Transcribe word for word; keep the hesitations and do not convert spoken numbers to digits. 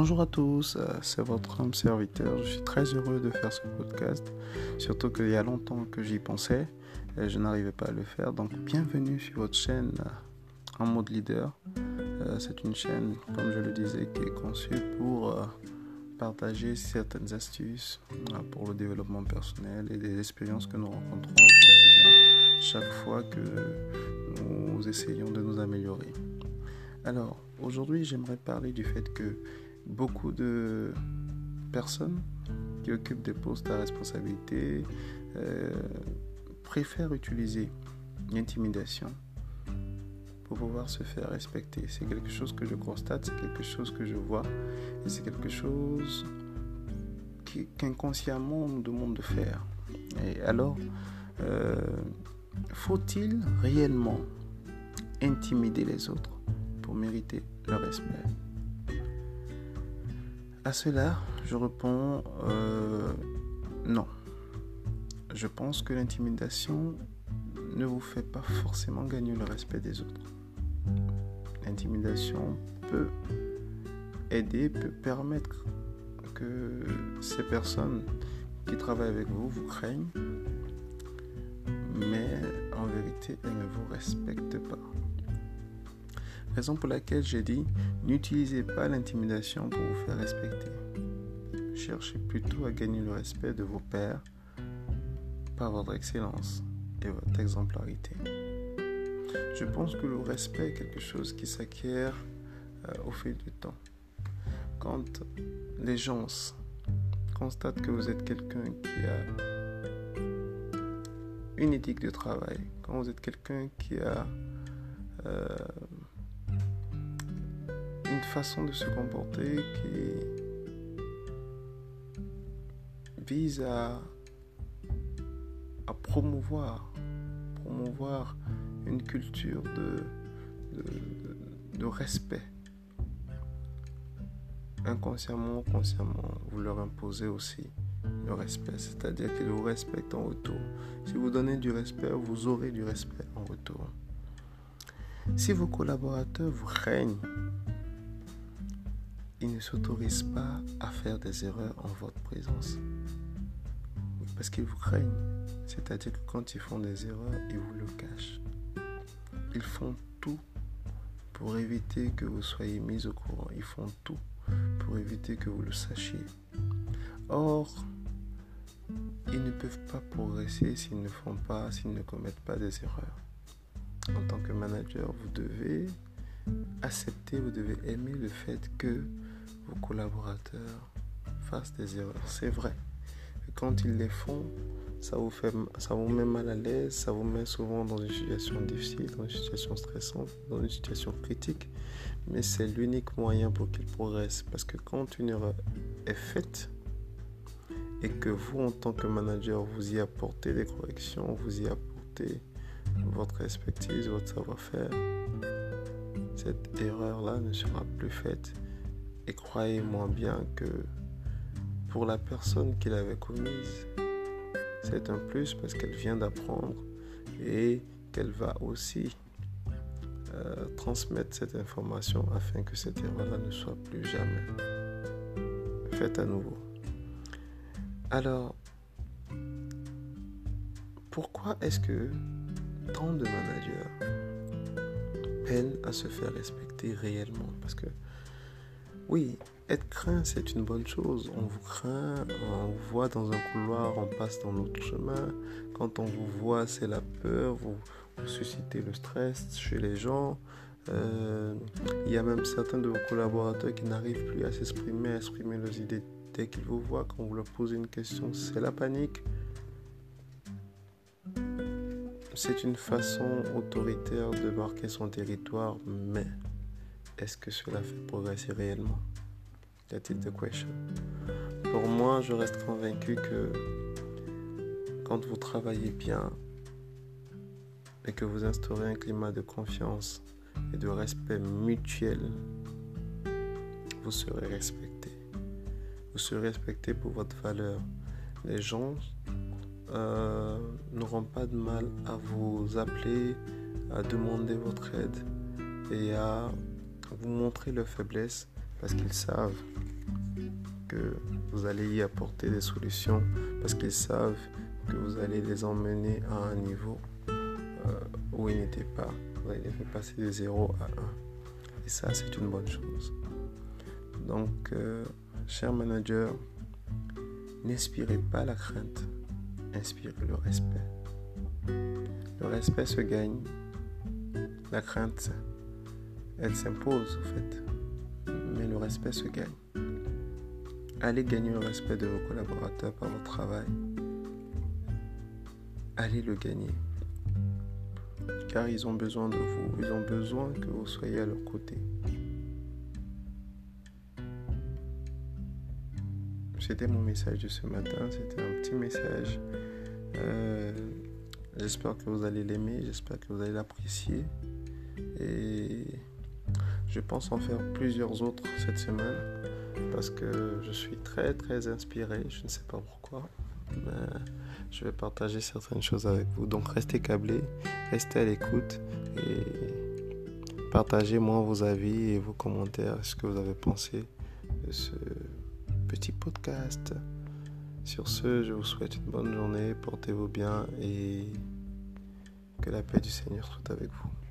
Bonjour à tous, euh, c'est votre humble serviteur. Je suis très heureux de faire ce podcast, surtout qu'il y a longtemps que j'y pensais et je n'arrivais pas à le faire. Donc bienvenue sur votre chaîne euh, en mode leader. Euh, c'est une chaîne, comme je le disais, qui est conçue pour euh, partager certaines astuces euh, pour le développement personnel et des expériences que nous rencontrons au quotidien chaque fois que nous essayons de nous améliorer. Alors, aujourd'hui, j'aimerais parler du fait que beaucoup de personnes qui occupent des postes à responsabilité euh, préfèrent utiliser l'intimidation pour pouvoir se faire respecter. C'est quelque chose que je constate, c'est quelque chose que je vois et c'est quelque chose qui, qu'inconsciemment on nous demande de faire. Et alors, euh, faut-il réellement intimider les autres pour mériter le respect? À cela, je réponds euh, non. Je pense que l'intimidation ne vous fait pas forcément gagner le respect des autres. L'intimidation peut aider, peut permettre que ces personnes qui travaillent avec vous vous craignent, mais en vérité, elles ne vous respectent pas. Raison pour laquelle j'ai dit, n'utilisez pas l'intimidation pour vous faire respecter. Cherchez plutôt à gagner le respect de vos pairs par votre excellence et votre exemplarité. Je pense que le respect est quelque chose qui s'acquiert euh, au fil du temps. Quand les gens constatent que vous êtes quelqu'un qui a une éthique de travail, quand vous êtes quelqu'un qui a euh, une façon de se comporter qui vise à, à promouvoir, promouvoir une culture de, de, de respect. Inconsciemment, consciemment, vous leur imposez aussi le respect, c'est-à-dire qu'ils vous respectent en retour. Si vous donnez du respect, vous aurez du respect en retour. Si vos collaborateurs vous craignent, ils ne s'autorisent pas à faire des erreurs en votre présence. Parce qu'ils vous craignent. C'est-à-dire que quand ils font des erreurs, ils vous le cachent. Ils font tout pour éviter que vous soyez mis au courant. Ils font tout pour éviter que vous le sachiez. Or, ils ne peuvent pas progresser s'ils ne font pas, s'ils ne commettent pas des erreurs. En tant que manager, vous devez accepter, vous devez aimer le fait que vos collaborateurs fassent des erreurs. C'est vrai. Et quand ils les font, ça vous fait, ça vous met mal à l'aise, ça vous met souvent dans une situation difficile, dans une situation stressante, dans une situation critique. Mais c'est l'unique moyen pour qu'ils progressent. Parce que quand une erreur est faite et que vous, en tant que manager, vous y apportez des corrections, vous y apportez votre expertise, votre savoir-faire, cette erreur-là ne sera plus faite. Et croyez-moi bien que pour la personne qui l'avait commise, c'est un plus parce qu'elle vient d'apprendre et qu'elle va aussi euh, transmettre cette information afin que cette erreur-là ne soit plus jamais faite à nouveau. Alors, pourquoi est-ce que tant de managers peinent à se faire respecter réellement? Parce que oui, être craint, c'est une bonne chose. On vous craint, on vous voit dans un couloir, on passe dans l'autre chemin. Quand on vous voit, c'est la peur, vous, vous suscitez le stress chez les gens. Euh, il y a même certains de vos collaborateurs qui n'arrivent plus à s'exprimer, à exprimer leurs idées. Dès qu'ils vous voient, quand vous leur posez une question, c'est la panique. C'est une façon autoritaire de marquer son territoire, mais est-ce que cela fait progresser réellement? That is the question. Pour moi, je reste convaincu que quand vous travaillez bien et que vous instaurez un climat de confiance et de respect mutuel, vous serez respecté. Vous serez respecté pour votre valeur. Les gens euh, n'auront pas de mal à vous appeler, à demander votre aide et à vous montrer leur faiblesse parce qu'ils savent que vous allez y apporter des solutions parce qu'ils savent que vous allez les emmener à un niveau euh, où ils n'étaient pas. Vous allez les faire passer de zéro à un. Et ça, c'est une bonne chose. Donc, euh, cher manager, n'inspirez pas la crainte, inspirez le respect. Le respect se gagne. La crainte, elle s'impose, en fait. Mais le respect se gagne. Allez gagner le respect de vos collaborateurs par votre travail. Allez le gagner. Car ils ont besoin de vous. Ils ont besoin que vous soyez à leur côté. C'était mon message de ce matin. C'était un petit message. Euh, j'espère que vous allez l'aimer. J'espère que vous allez l'apprécier. Et je pense en faire plusieurs autres cette semaine. Parce que je suis très très inspiré. Je ne sais pas pourquoi. Mais je vais partager certaines choses avec vous. Donc restez câblés. Restez à l'écoute. Et partagez-moi vos avis et vos commentaires. Ce que vous avez pensé de ce petit podcast. Sur ce, je vous souhaite une bonne journée, portez-vous bien et que la paix du Seigneur soit avec vous.